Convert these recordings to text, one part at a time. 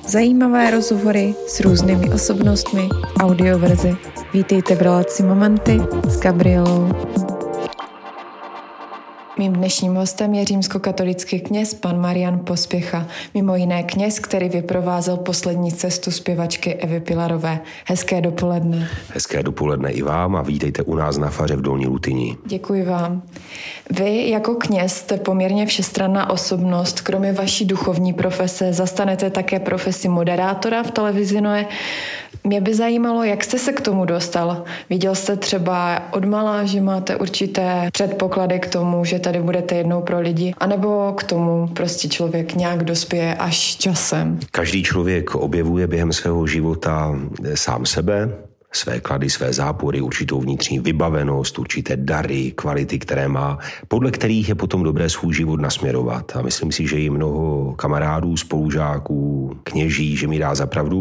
Zajímavé rozhovory s různými osobnostmi, audioverze. Vítejte v relaci Momenty s Gabrielou. Mým dnešním hostem je římskokatolický kněz pan Marian Pospěcha, mimo jiné kněz, který vyprovázel poslední cestu zpěvačky Evy Pilarové. Hezké dopoledne. Hezké dopoledne i vám a vítejte u nás na faře v Dolní Lutyni. Děkuji vám. Vy jako kněz jste poměrně všestranná osobnost. Kromě vaší duchovní profese zastanete také profesi moderátora v televizi Noe. Mě by zajímalo, jak jste se k tomu dostal. Viděl jste třeba odmala, že máte určité předpoklady k tomu, že tady budete jednou pro lidi, anebo k tomu prostě člověk nějak dospěje až časem? Každý člověk objevuje během svého života sám sebe, své klady, své zápory, určitou vnitřní vybavenost, určité dary, kvality, které má, podle kterých je potom dobré svůj život nasměrovat. A myslím si, že i mnoho kamarádů, spolužáků, kněží, že mi dá za pravdu,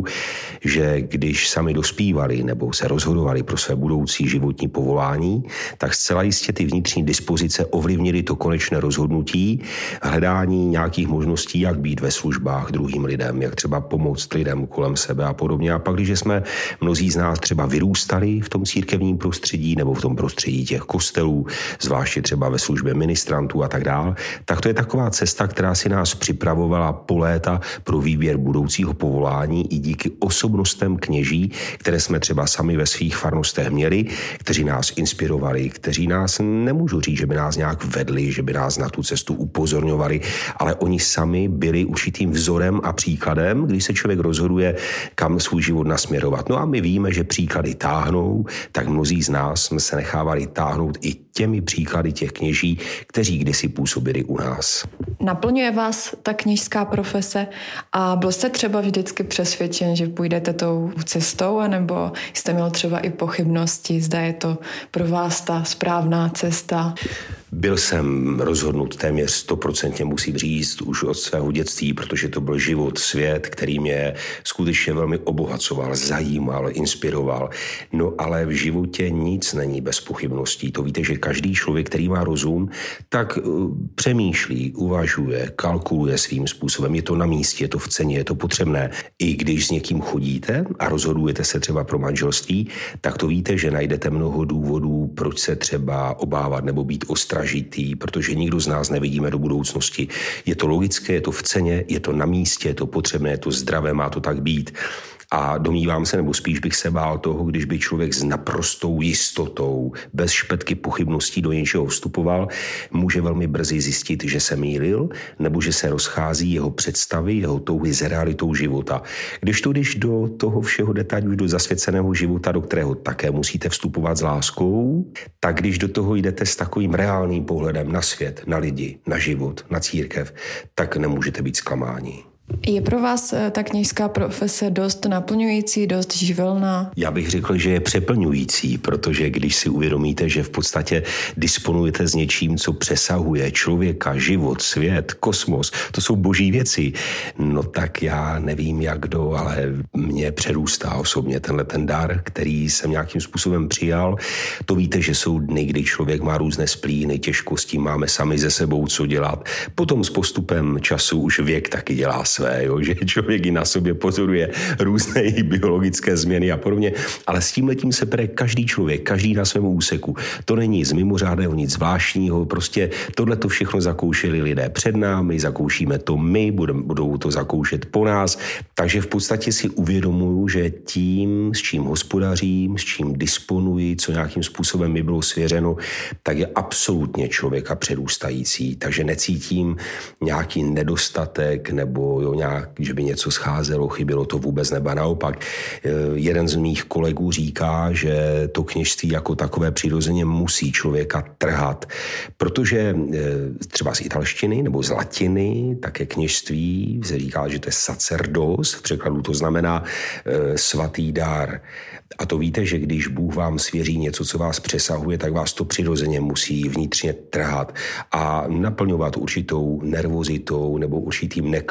že když sami dospívali nebo se rozhodovali pro své budoucí životní povolání, tak zcela jistě ty vnitřní dispozice ovlivnily to konečné rozhodnutí, hledání nějakých možností, jak být ve službách druhým lidem, jak třeba pomoct lidem kolem sebe a podobně. A pak, když jsme mnozí z nás třeba vyrůstali v tom církevním prostředí nebo v tom prostředí těch kostelů, zvláště třeba ve službě ministrantů a tak dál, tak to je taková cesta, která si nás připravovala po léta pro výběr budoucího povolání i díky osobnostem kněží, které jsme třeba sami ve svých farnostech měli, kteří nás inspirovali, kteří nás, nemůžu říct, že by nás nějak vedli, že by nás na tu cestu upozorňovali, ale oni sami byli určitým vzorem a příkladem, když se člověk rozhoduje, kam svůj život nasměrovat. No a my víme, že příklady táhnou, tak mnozí z nás jsme se nechávali táhnout i těmi příklady těch kněží, kteří kdysi působili u nás. Naplňuje vás ta kněžská profese a byl jste třeba vždycky přesvědčen, že půjdete tou cestou, anebo jste měl třeba i pochybnosti, zda je to pro vás ta správná cesta? Byl jsem rozhodnut téměř 100%, musím říct, už od svého dětství, protože to byl život, svět, který mě skutečně velmi obohacoval, zajímal, inspiroval. No ale v životě nic není bez pochybností. To víte, že každý člověk, který má rozum, tak přemýšlí, uvažuje, kalkuluje svým způsobem. Je to na místě, je to v ceně, je to potřebné. I když s někým chodíte a rozhodujete se třeba pro manželství, tak to víte, že najdete mnoho důvodů, proč se třeba obávat nebo být ostražitý, protože nikdo z nás nevidíme do budoucnosti. Je to logické, je to v ceně, je to na místě, je to potřebné, je to zdravé, má to tak být. A domnívám se, nebo spíš bych se bál toho, když by člověk s naprostou jistotou, bez špetky pochybností do něčeho vstupoval, může velmi brzy zjistit, že se mýlil, nebo že se rozchází jeho představy, jeho touhy s realitou života. Když do toho všeho jdete, už do zasvěceného života, do kterého také musíte vstupovat s láskou, tak když do toho jdete s takovým reálným pohledem na svět, na lidi, na život, na církev, tak nemůžete být zklamáni. Je pro vás ta kněžská profese dost naplňující, dost živelná? Já bych řekl, že je přeplňující, protože když si uvědomíte, že v podstatě disponujete s něčím, co přesahuje člověka, život, svět, kosmos, to jsou boží věci, no tak já nevím jak kdo, ale mě přerůstá osobně ten dar, který jsem nějakým způsobem přijal. To víte, že jsou dny, kdy člověk má různé splíny, těžkosti, máme sami ze sebou co dělat. Potom s postupem času už věk taky dělá své, že člověk i na sobě pozoruje různé biologické změny a podobně, ale s tímhletím se pere každý člověk, každý na svém úseku. To není nic mimořádného, nic zvláštního, prostě tohle to všechno zakoušeli lidé před námi, zakoušíme to my, budou to zakoušet po nás, takže v podstatě si uvědomuju, že tím, s čím hospodařím, s čím disponuji, co nějakým způsobem mi bylo svěřeno, tak je absolutně člověka přerůstající, takže necítím nějaký nedostatek nebo nějak, že by něco scházelo, chybělo, to vůbec neba naopak. Jeden z mých kolegů říká, že to kněžství jako takové přirozeně musí člověka trhat, protože třeba z italštiny nebo z latiny také kněžství se říká, že to je sacerdos, v překladu to znamená svatý dar. A to víte, že když Bůh vám svěří něco, co vás přesahuje, tak vás to přirozeně musí vnitřně trhat a naplňovat určitou nervozitou nebo určitým neklidem,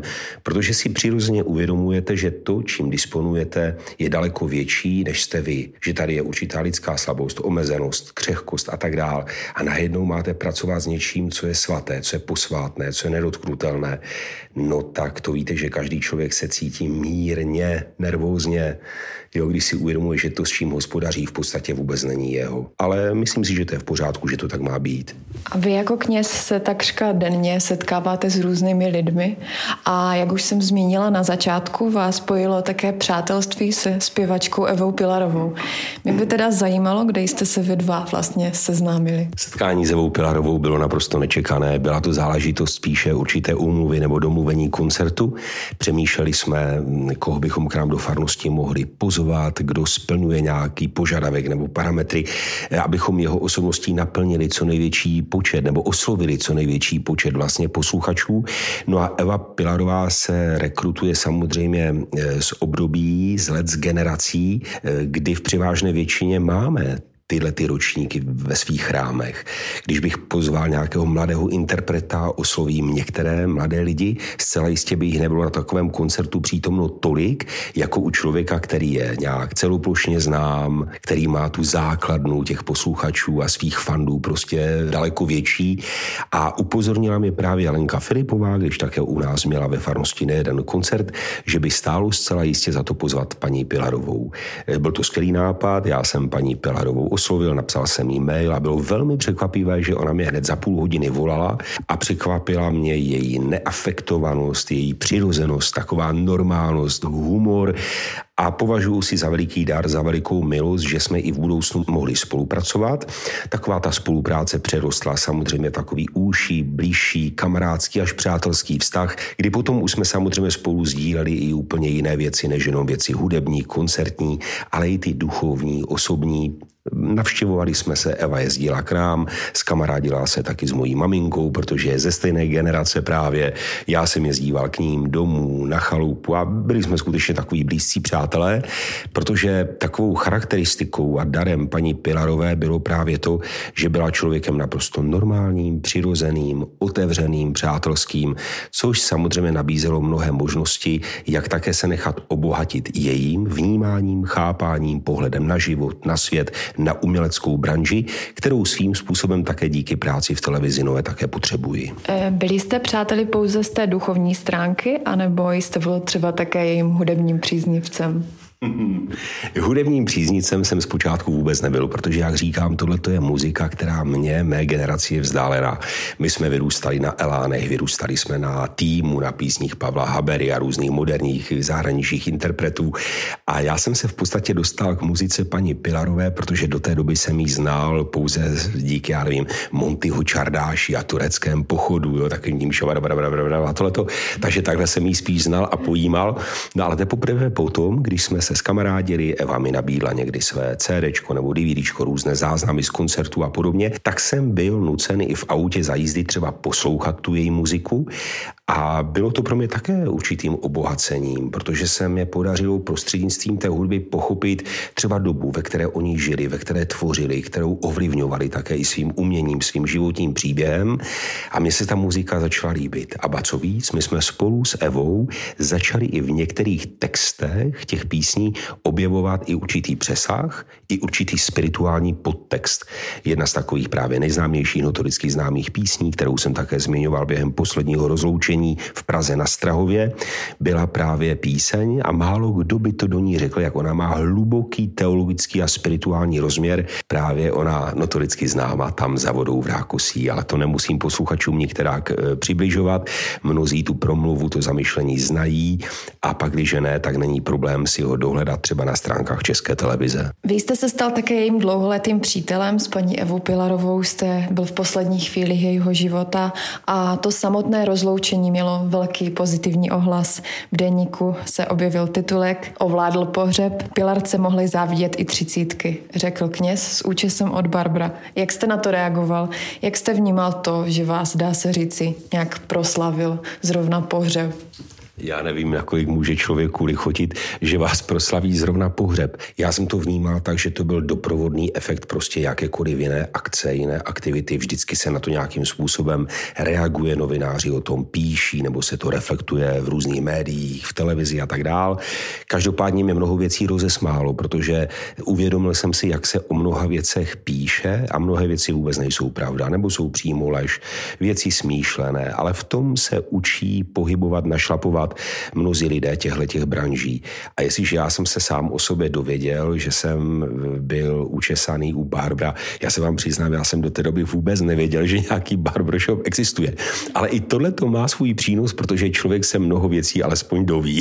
protože si přirozeně uvědomujete, že to, čím disponujete, je daleko větší, než jste vy. Že tady je určitá lidská slabost, omezenost, křehkost a tak dál. A najednou máte pracovat s něčím, co je svaté, co je posvátné, co je nedotknutelné. No tak to víte, že každý člověk se cítí mírně, nervózně, když si uvědomuje, že to, s čím hospodaří, v podstatě vůbec není jeho. Ale myslím si, že to je v pořádku, že to tak má být. A vy jako kněz se takřka denně setkáváte s různými lidmi a jak už jsem zmínila na začátku, vás spojilo také přátelství se zpěvačkou Evou Pilarovou. Mě by teda zajímalo, kde jste se vy dva vlastně seznámili. Setkání s Evou Pilarovou bylo naprosto nečekané. Byla to záležitost spíše určité úmluvy nebo domluvení koncertu. Přemýšleli jsme, koho bychom k nám do farnosti mohli pozvat, kdo splňuje nějaký požadavek nebo parametry, abychom jeho osobností naplnili co největší počet nebo oslovili co největší počet vlastně posluchačů. No a Eva Pilarová se rekrutuje samozřejmě z období, z let, z generací, kdy v převážné většině máme tyhle ty ročníky ve svých chrámech. Když bych pozval nějakého mladého interpreta, oslovím některé mladé lidi, zcela jistě by jich nebylo na takovém koncertu přítomno tolik, jako u člověka, který je nějak celoplošně znám, který má tu základnu těch posluchačů a svých fandů prostě daleko větší. A upozornila mě právě Alenka Filipová, když také u nás měla ve farnosti nejeden koncert, že by stálo zcela jistě za to pozvat paní Pilarovou. Byl to skvělý nápad, já jsem paní Pilarovou oslovil, napsal jsem jí mail a bylo velmi překvapivé, že ona mě hned za půl hodiny volala a překvapila mě její neafektovanost, její přirozenost, taková normálnost, humor a považuji si za veliký dar, za velikou milost, že jsme i v budoucnu mohli spolupracovat. Taková ta spolupráce přerostla samozřejmě takový úžší, blížší, kamarádský až přátelský vztah, kdy potom už jsme samozřejmě spolu sdíleli i úplně jiné věci, než jenom věci hudební, koncertní, ale i ty duchovní, osobní. Navštěvovali jsme se, Eva jezdila k nám, zkamarádila se taky s mojí maminkou, protože je ze stejné generace právě. Já jsem jezdíval k ním domů, na chalupu a byli jsme skutečně takový blízcí přátelé, protože takovou charakteristikou a darem paní Pilarové bylo právě to, že byla člověkem naprosto normálním, přirozeným, otevřeným, přátelským, což samozřejmě nabízelo mnohé možnosti, jak také se nechat obohatit jejím vnímáním, chápáním, pohledem na život, na svět, na uměleckou branži, kterou svým způsobem také díky práci v televizi Nové také potřebuji. Byli jste přáteli pouze z té duchovní stránky, anebo jste byl třeba také jejím hudebním příznivcem? Hudebním příznivcem jsem zpočátku vůbec nebyl, protože, jak říkám, tohle je muzika, která mé generaci je vzdálená. My jsme vyrůstali na elánech, vyrůstali jsme na týmu, na písních Pavla Habery a různých moderních zahraničních interpretů. A já jsem se v podstatě dostal k muzice paní Pilarové, protože do té doby jsem jí znal pouze díky, já nevím, Montyho Čardáši a Tureckém pochodu, takovým tím a tohleto. Takže takhle jsem jí spíš znal a pojímal. No ale teprve potom, když jsme se skamarádili, Eva mi nabídla někdy své CDčko nebo DVDčko, různé záznamy z koncertů a podobně, tak jsem byl nucen i v autě za jízdy třeba poslouchat tu její muziku a bylo to pro mě také určitým obohacením, protože se mi podařilo prostřednictvím té hudby pochopit třeba dobu, ve které oni žili, ve které tvořili, kterou ovlivňovali také i svým uměním, svým životním příběhem a mně se ta muzika začala líbit. A ba co víc, my jsme spolu s Evou začali i v některých textech těch písní objevovat i určitý přesah, i určitý spirituální podtext. Jedna z takových právě nejznámějších, notoricky známých písní, kterou jsem také zmiňoval během posledního rozloučení v Praze na Strahově, byla právě píseň a málo kdo by to do ní řekl, jak ona má hluboký teologický a spirituální rozměr, právě ona notoricky známá Tam za vodou v Rákosí, ale to nemusím posluchačům nikterak přibližovat. Mnozí tu promluvu, to zamyšlení znají a pak, když ne, tak není problém si ho dohledat třeba na stránkách České televize. Vy jste se stal také jejím dlouholetým přítelem, s paní Evou Pilarovou jste byl v posledních chvílích jejího života a to samotné rozloučení mělo velký pozitivní ohlas. V deníku se objevil titulek Ovládl pohřeb, Pilarce mohly závidět i 30, řekl kněz s účesem od Barbara. Jak jste na to reagoval? Jak jste vnímal to, že vás, dá se říci, nějak proslavil zrovna pohřeb? Já nevím, nakolik může člověku lichotit, že vás proslaví zrovna pohřeb. Já jsem to vnímal tak, že to byl doprovodný efekt prostě jakékoliv jiné akce, jiné aktivity. Vždycky se na to nějakým způsobem reaguje, novináři o tom píší, nebo se to reflektuje v různých médiích, v televizi a tak dál. Každopádně mě mnoho věcí rozesmálo, protože uvědomil jsem si, jak se o mnoha věcech píše a mnohé věci vůbec nejsou pravda, nebo jsou přímo lež, věci smýšlené, ale v tom se učí pohybovat, našlapovat mnozí lidé těchto branží. A jestliže já jsem se sám o sobě dověděl, že jsem byl učesaný u barbra, já se vám přiznám, já jsem do té doby vůbec nevěděl, že nějaký barbershop existuje. Ale i tohle to má svůj přínos, protože člověk se mnoho věcí alespoň doví.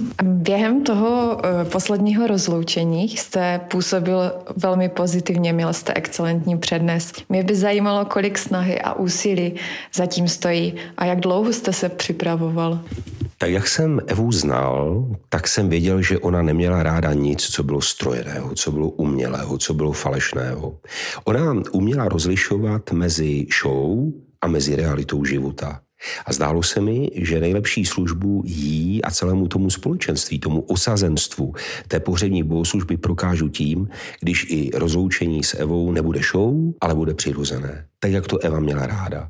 Během toho posledního rozloučení jste působil velmi pozitivně, měl jste excelentní přednes. Mě by zajímalo, kolik snahy a úsilí zatím stojí a jak dlouho jste se připravoval. Tak jak jsem Evu znal, tak jsem věděl, že ona neměla ráda nic, co bylo strojeného, co bylo umělého, co bylo falešného. Ona uměla rozlišovat mezi show a mezi realitou života. A zdálo se mi, že nejlepší službu jí a celému tomu společenství, tomu osazenstvu té pohřební bohoslužby prokážu tím, když i rozloučení s Evou nebude show, ale bude přirozené. Tak jak to Eva měla ráda.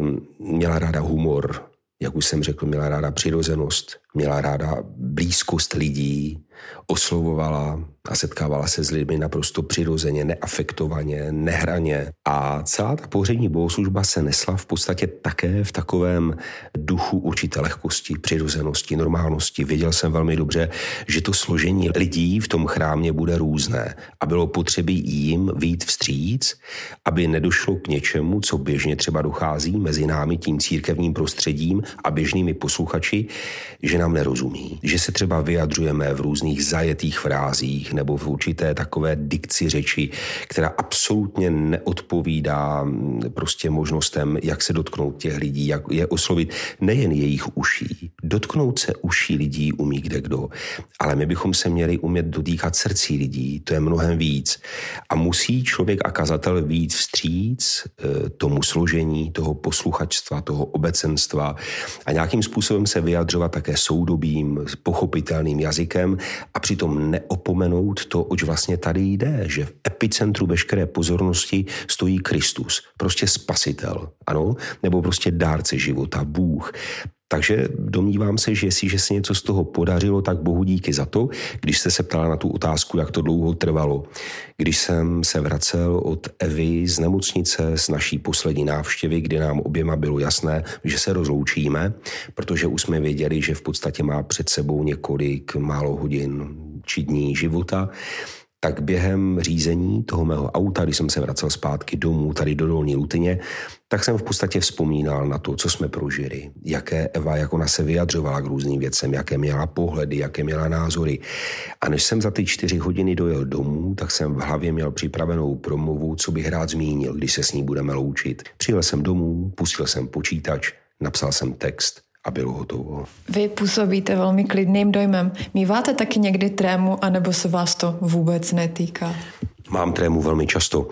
Měla ráda humor, jak už jsem řekl, měla ráda přirozenost, měla ráda blízkost lidí, oslovovala a setkávala se s lidmi naprosto přirozeně, neafektovaně, nehraně. A celá ta pohřební bohoslužba se nesla v podstatě také v takovém duchu určité lehkosti, přirozenosti, normálnosti. Věděl jsem velmi dobře, že to složení lidí v tom chrámě bude různé a bylo potřebí jim vyjít vstříc, aby nedošlo k něčemu, co běžně třeba dochází mezi námi tím církevním prostředím a běžnými posluchači, že nám nerozumí. Že se třeba vyjadřujeme v různých zajetých frázích nebo v určité takové dikci řeči, která absolutně neodpovídá prostě možnostem, jak se dotknout těch lidí, jak je oslovit nejen jejich uší. Dotknout se uší lidí umí kdekdo, ale my bychom se měli umět dotýkat srdcí lidí, to je mnohem víc. A musí člověk a kazatel vyjít vstříc tomu složení, toho posluchačstva, toho obecenstva a nějakým způsobem se vyjadřovat také soudobým, pochopitelným jazykem a přitom neopomenout to, oč vlastně tady jde, že v epicentru veškeré pozornosti stojí Kristus, prostě spasitel, ano, nebo prostě dárce života, Bůh. Takže domnívám se, že jestliže se něco z toho podařilo, tak Bohu díky za to. Když jste se ptala na tu otázku, jak to dlouho trvalo. Když jsem se vracel od Evy z nemocnice, z naší poslední návštěvy, kdy nám oběma bylo jasné, že se rozloučíme, protože už jsme věděli, že v podstatě má před sebou několik málo hodin či dní života, tak během řízení toho mého auta, když jsem se vracel zpátky domů, tady do Dolní Lutyně, tak jsem v podstatě vzpomínal na to, co jsme prožili, jaké Eva, jak ona se vyjadřovala k různým věcem, jaké měla pohledy, jaké měla názory. A než jsem za ty 4 hodiny dojel domů, tak jsem v hlavě měl připravenou promluvu, co bych rád zmínil, když se s ní budeme loučit. Přijel jsem domů, pustil jsem počítač, napsal jsem text a bylo hotovo. Vy působíte velmi klidným dojmem. Míváte taky někdy trému, anebo se vás to vůbec netýká? Mám trému velmi často.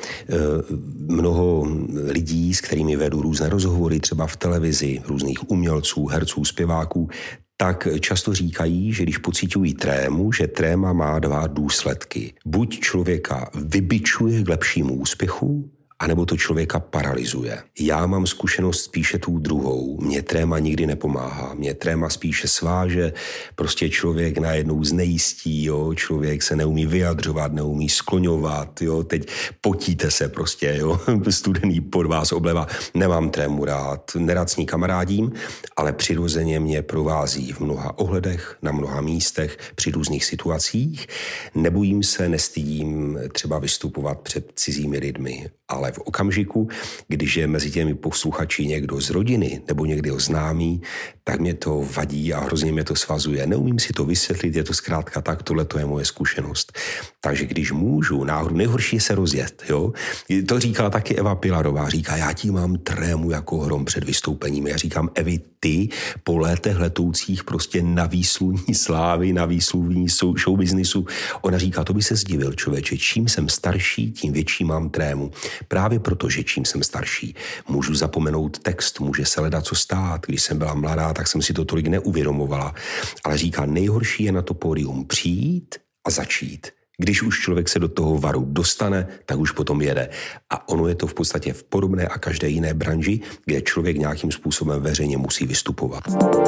Mnoho lidí, s kterými vedu různé rozhovory, třeba v televizi, různých umělců, herců, zpěváků, tak často říkají, že když pociťují trému, že tréma má 2 důsledky. Buď člověka vybičuje k lepšímu úspěchu, anebo to člověka paralyzuje. Já mám zkušenost spíše tu druhou. Mně tréma nikdy nepomáhá. Mně tréma spíše sváže. Prostě člověk najednou znejistí, jo? Člověk se neumí vyjadřovat, neumí skloňovat. Jo? Teď potíte se prostě, jo? Studený pod vás obleva. Nemám trému rád, nerad s ní kamarádím, ale přirozeně mě provází v mnoha ohledech, na mnoha místech, při různých situacích. Nebojím se, nestydím třeba vystupovat před cizími lidmi, ale v okamžiku, když je mezi těmi posluchači někdo z rodiny nebo někdo známý, tak mě to vadí a hrozně mě to svazuje. Neumím si to vysvětlit, je to zkrátka tak, tohle to je moje zkušenost. Takže když můžu, náhodou, nejhorší je se rozjet, jo. To říkala taky Eva Pilarová, říká, já ti mám trému jako hrom před vystoupením. Já říkám, Evi, ty po létech letoucích prostě na výsluní slávy, na výsluní showbiznisu. Ona říká, to by se zdivil, člověče, čím jsem starší, tím větší mám trému. právě proto, že čím jsem starší, můžu zapomenout text, může se ledat co stát. Když jsem byla mladá, tak jsem si to tolik neuvědomovala. Ale říká, nejhorší je na to pódium přijít a začít. Když už člověk se do toho varu dostane, tak už potom jede. A ono je to v podstatě v podobné a každé jiné branži, kde člověk nějakým způsobem veřejně musí vystupovat.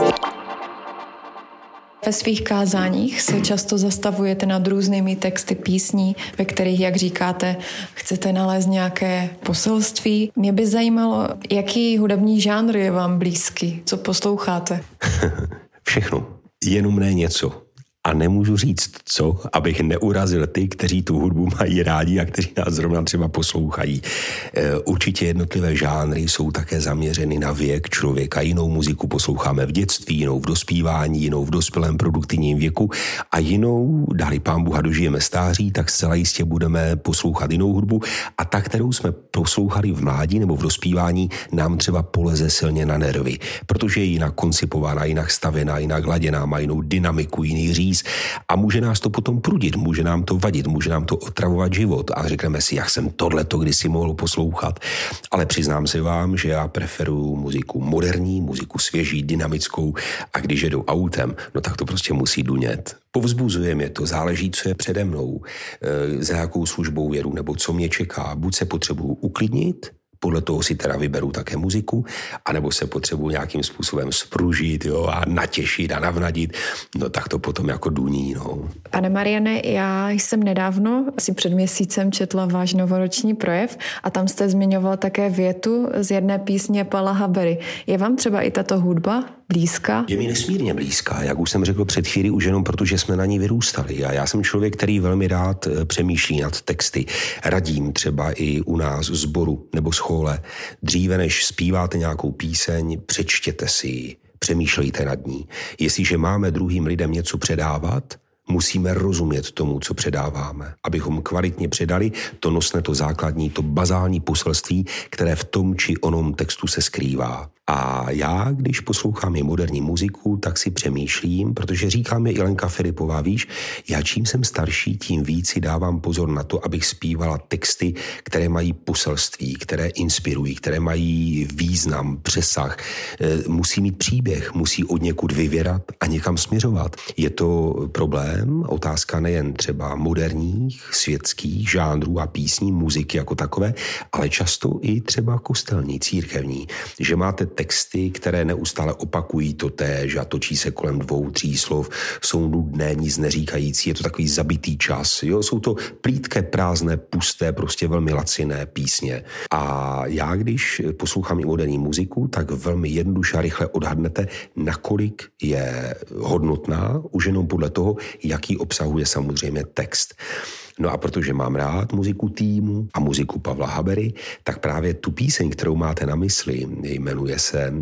Ve svých kázáních se často zastavujete nad různými texty písní, ve kterých, jak říkáte, chcete nalézt nějaké poselství. Mě by zajímalo, jaký hudební žánr je vám blízký, co posloucháte? Všechno, jenom ne něco. A nemůžu říct co, abych neurazil ty, kteří tu hudbu mají rádi a kteří nás zrovna třeba poslouchají. Určitě jednotlivé žánry jsou také zaměřeny na věk člověka. Jinou muziku posloucháme v dětství, jinou v dospívání, jinou v dospělém produktivním věku a jinou, dali Pán Bůh a dožijeme stáří, tak zcela jistě budeme poslouchat jinou hudbu a ta, kterou jsme poslouchali v mládí nebo v dospívání, nám třeba poleze silně na nervy, protože je jinak koncipována, jinak stavěná, jinak laděná, má jinou dynamiku, jiný říz a může nás to potom prudit, může nám to vadit, může nám to otravovat život a řekneme si, jak jsem tohleto kdysi mohl poslouchat. Ale přiznám se vám, že já preferuju muziku moderní, muziku svěží, dynamickou a když jedu autem, no tak to prostě musí dunět. Povzbuzuje mě to, záleží, co je přede mnou, za jakou službou jedu nebo co mě čeká. Buď se potřebuju uklidnit, podle toho si teda vyberu také muziku, anebo se potřebuji nějakým způsobem spružit, jo, a natěšit a navnadit, no tak to potom jako duní, no. Pane Mariane, já jsem nedávno, asi před měsícem, četla váš novoroční projev a tam jste zmiňoval také větu z jedné písně Paula Habery. Je vám třeba i tato hudba blízká? Je mi nesmírně blízká, jak už jsem řekl před chvíli, už jenom protože jsme na ní vyrůstali. A já jsem člověk, který velmi rád přemýšlí nad texty. Radím třeba i u nás v sboru nebo schole. Dříve než zpíváte nějakou píseň, přečtěte si ji, přemýšlejte nad ní. Jestliže máme druhým lidem něco předávat, musíme rozumět tomu, co předáváme. Abychom kvalitně předali to nosné, to základní, to bazální poselství, které v tom či onom textu se skrývá. A já, když poslouchám i moderní muziku, tak si přemýšlím, protože říká mi i Lenka Filipová, víš, já čím jsem starší, tím víc si dávám pozor na to, abych zpívala texty, které mají poselství, které inspirují, které mají význam, přesah, musí mít příběh, musí od někud vyvěrat a někam směřovat. Je to problém, otázka nejen třeba moderních, světských žánrů a písní, muziky jako takové, ale často i třeba kostelní, církevní, že máte texty, které neustále opakují to též a točí se kolem 2-3 slov, jsou nudné, nic neříkající, je to takový zabitý čas, jo? Jsou to plítké, prázdné, pusté, prostě velmi laciné písně. A já, když poslouchám i moderní muziku, tak velmi jednoduše a rychle odhadnete, nakolik je hodnotná, už jenom podle toho, jaký obsahuje samozřejmě text. No a protože mám rád muziku Týmu a muziku Pavla Habery, tak právě tu píseň, kterou máte na mysli, jmenuje se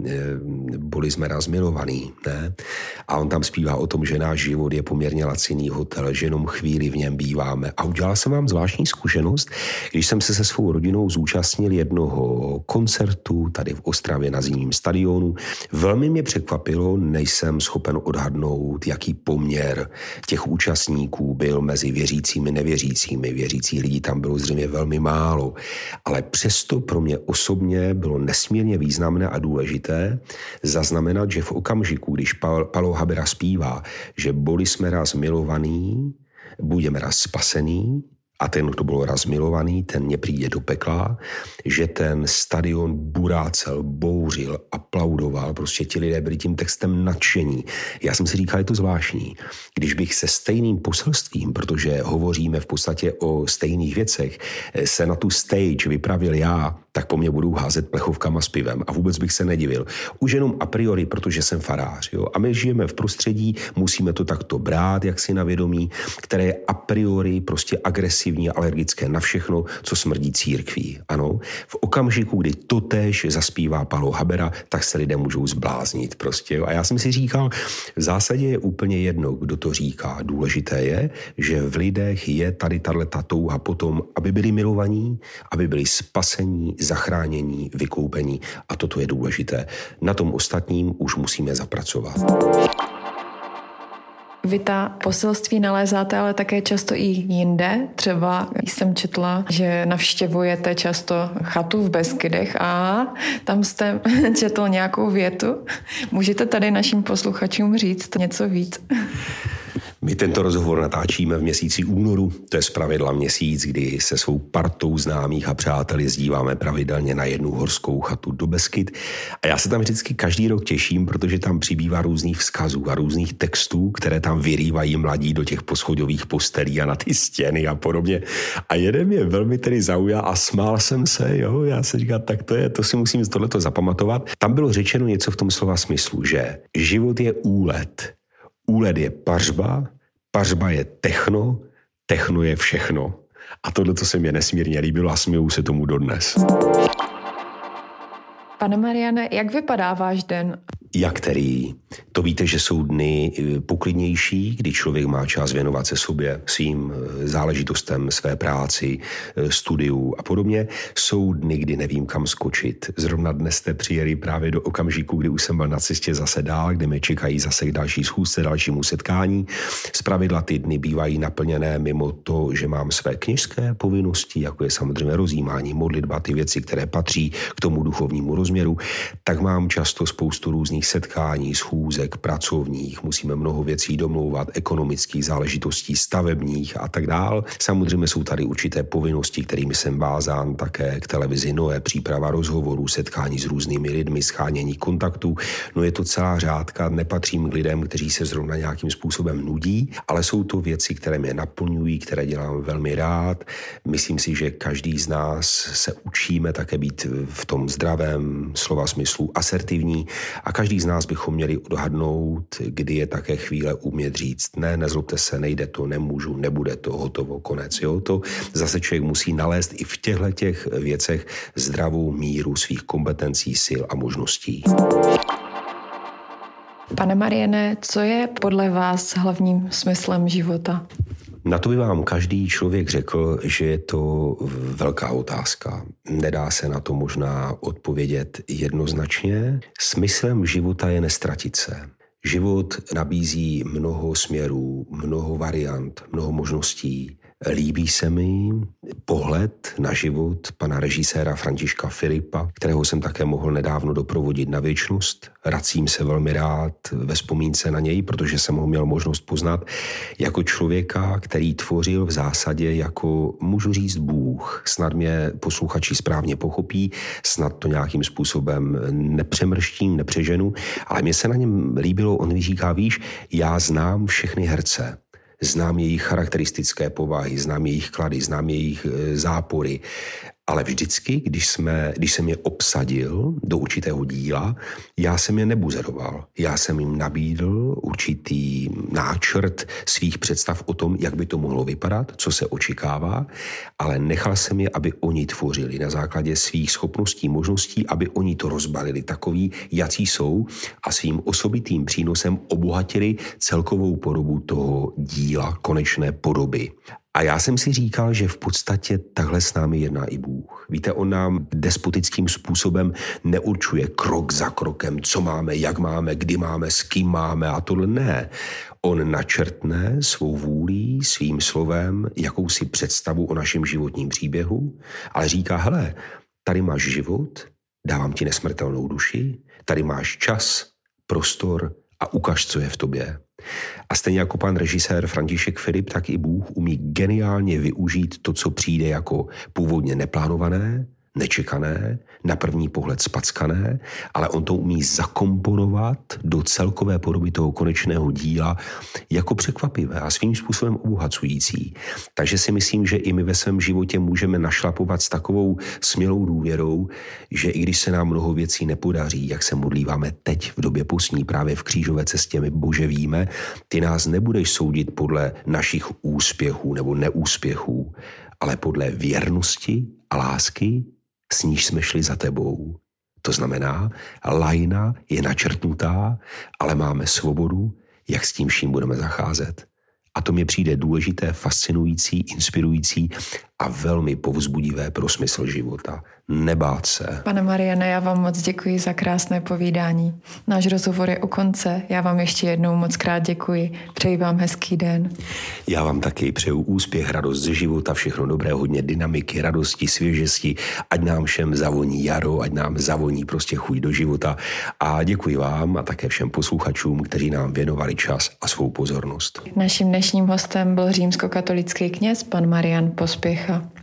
Boli jsme raz milovaný, ne? A on tam zpívá o tom, že náš život je poměrně laciný hotel, že jenom chvíli v něm býváme. A udělal jsem vám zvláštní zkušenost, když jsem se svou rodinou zúčastnil jednoho koncertu tady v Ostravě na zimním stadionu. Velmi mě překvapilo, nejsem schopen odhadnout, jaký poměr těch účastníků byl mezi věřícími, nevěřícími. Věřících lidí tam bylo zřejmě velmi málo, ale přesto pro mě osobně bylo nesmírně významné a důležité zaznamenat, že v okamžiku, když Paolo Habera zpívá, že boli jsme raz milovaný, budeme raz spasený, a ten, kdo byl raz milovaný, ten nepřijde do pekla, že ten stadion burácel, bouřil, aplaudoval, prostě ti lidé byli tím textem nadšení. Já jsem si říkal, je to zvláštní. Když bych se stejným poselstvím, protože hovoříme v podstatě o stejných věcech, se na tu stage vypravil já, tak po mně budou házet plechovkama s pivem a vůbec bych se nedivil. Už jenom a priori, protože jsem farář. Jo? A my žijeme v prostředí, musíme to takto brát, jak si na vědomí, které je a priori prostě agresivní a alergické na všechno, co smrdí církví. Ano, v okamžiku, kdy totéž zaspívá Paolo Habera, tak se lidé můžou zbláznit prostě. Jo? A já jsem si říkal, v zásadě je úplně jedno, kdo to říká. Důležité je, že v lidech je tady tato touha potom, aby byli milovaní, aby byli spasení, zachránění, vykoupení a toto je důležité. Na tom ostatním už musíme zapracovat. Vy ta poselství nalézáte ale také často i jinde. Třeba jsem četla, že navštěvujete často chatu v Beskydech a tam jste četl nějakou větu. Můžete tady našim posluchačům říct něco víc? My tento rozhovor natáčíme v měsíci únoru, to je zpravidla měsíc, kdy se svou partou známých a přátel jezdíváme pravidelně na jednu horskou chatu do Beskyd. A já se tam vždycky každý rok těším, protože tam přibývá různých vzkazů a různých textů, které tam vyrývají mladí do těch poschodových postelí a na ty stěny a podobně. A jeden mě velmi tedy zaujal a smál jsem se, jo, já se říkám, tak to si musím tohleto zapamatovat. Tam bylo řečeno něco v tom slova smyslu, že život je úlet. Úlet je pařba, pařba je techno, techno je všechno. A tohleto se mě nesmírně líbilo a směju se tomu dodnes. Pane Mariane, jak vypadá váš den? Jak který? To víte, že jsou dny poklidnější, kdy člověk má čas věnovat se sobě, svým záležitostem, své práci, studiu a podobně. Jsou dny, kdy nevím, kam skočit. Zrovna dnes jste přijeli právě do okamžiku, kdy už jsem byl na cestě zase dál, kde mě čekají zase k další schůzce, dalšímu setkání. Zpravidla ty dny bývají naplněné mimo to, že mám své kněžské povinnosti, jako je samozřejmě rozjímání, modlitba, ty věci, které patří k tomu duchovnímu rozměru, tak mám často spoustu různých setkání, schůzek, pracovních, musíme mnoho věcí domlouvat, ekonomických záležitostí, stavebních a tak dál. Samozřejmě jsou tady určité povinnosti, kterými jsem vázán také k televizi Noé, příprava rozhovorů, setkání s různými lidmi, shánění kontaktů. No je to celá řádka, nepatřím k lidem, kteří se zrovna nějakým způsobem nudí, ale jsou to věci, které mě naplňují, které dělám velmi rád. Myslím si, že každý z nás se učíme také být v tom zdravém slova smyslu asertivní a každý z nás bychom měli odhadnout, kdy je také chvíle umět říct ne, nezlobte se, nejde to, nemůžu, nebude to, hotovo, konec. Jo? To zase člověk musí nalézt i v těchto věcech zdravou míru svých kompetencí, sil a možností. Pane Mariane, co je podle vás hlavním smyslem života? Na to by vám každý člověk řekl, že je to velká otázka. Nedá se na to možná odpovědět jednoznačně. Smyslem života je nestratit se. Život nabízí mnoho směrů, mnoho variant, mnoho možností. Líbí se mi pohled na život pana režiséra Františka Filipa, kterého jsem také mohl nedávno doprovodit na věčnost. Vracím se velmi rád ve vzpomínce na něj, protože jsem ho měl možnost poznat jako člověka, který tvořil v zásadě jako, můžu říct, Bůh. Snad mě posluchači správně pochopí, snad to nějakým způsobem nepřemrštím, nepřeženu, ale mně se na něm líbilo, on říká, víš, já znám všechny herce. Znám jejich charakteristické povahy, znám jejich klady, znám jejich zápory, ale vždycky, když jsem je obsadil do určitého díla, já jsem je nebuzeroval. Já jsem jim nabídl určitý náčrt svých představ o tom, jak by to mohlo vypadat, co se očekává, ale nechal jsem je, aby oni tvořili na základě svých schopností, možností, aby oni to rozbalili takový, jací jsou a svým osobitým přínosem obohatili celkovou podobu toho díla, konečné podoby. A já jsem si říkal, že v podstatě takhle s námi jedná i Bůh. Víte, on nám despotickým způsobem neurčuje krok za krokem, co máme, jak máme, kdy máme, s kým máme a tohle ne. On načrtne svou vůlí, svým slovem, jakousi představu o našem životním příběhu, ale říká, hele, tady máš život, dávám ti nesmrtelnou duši, tady máš čas, prostor a ukaž, co je v tobě. A stejně jako pan režisér František Filip, tak i Bůh umí geniálně využít to, co přijde jako původně neplánované, nečekané, na první pohled spackané, ale on to umí zakomponovat do celkové podoby toho konečného díla jako překvapivé a svým způsobem obohacující. Takže si myslím, že i my ve svém životě můžeme našlapovat s takovou smělou důvěrou, že i když se nám mnoho věcí nepodaří, jak se modlíváme teď v době postní, právě v křížové cestě, my Bože víme, ty nás nebudeš soudit podle našich úspěchů nebo neúspěchů, ale podle věrnosti a lásky, s níž jsme šli za tebou. To znamená, lajna je načrtnutá, ale máme svobodu, jak s tím vším budeme zacházet. A to mi přijde důležité, fascinující, inspirující a velmi povzbudivé pro smysl života. Nebát se. Pane Mariane, já vám moc děkuji za krásné povídání. Náš rozhovor je u konce. Já vám ještě jednou moc krát děkuji. Přeji vám hezký den. Já vám taky přeju úspěch, radost ze života, všechno dobré, hodně dynamiky, radosti, svěžesti, ať nám všem zavoní jaro, ať nám zavoní prostě chuť do života. A děkuji vám a také všem posluchačům, kteří nám věnovali čas a svou pozornost. Naším dnešním hostem byl římskokatolický kněz pan Marian Pospěcha.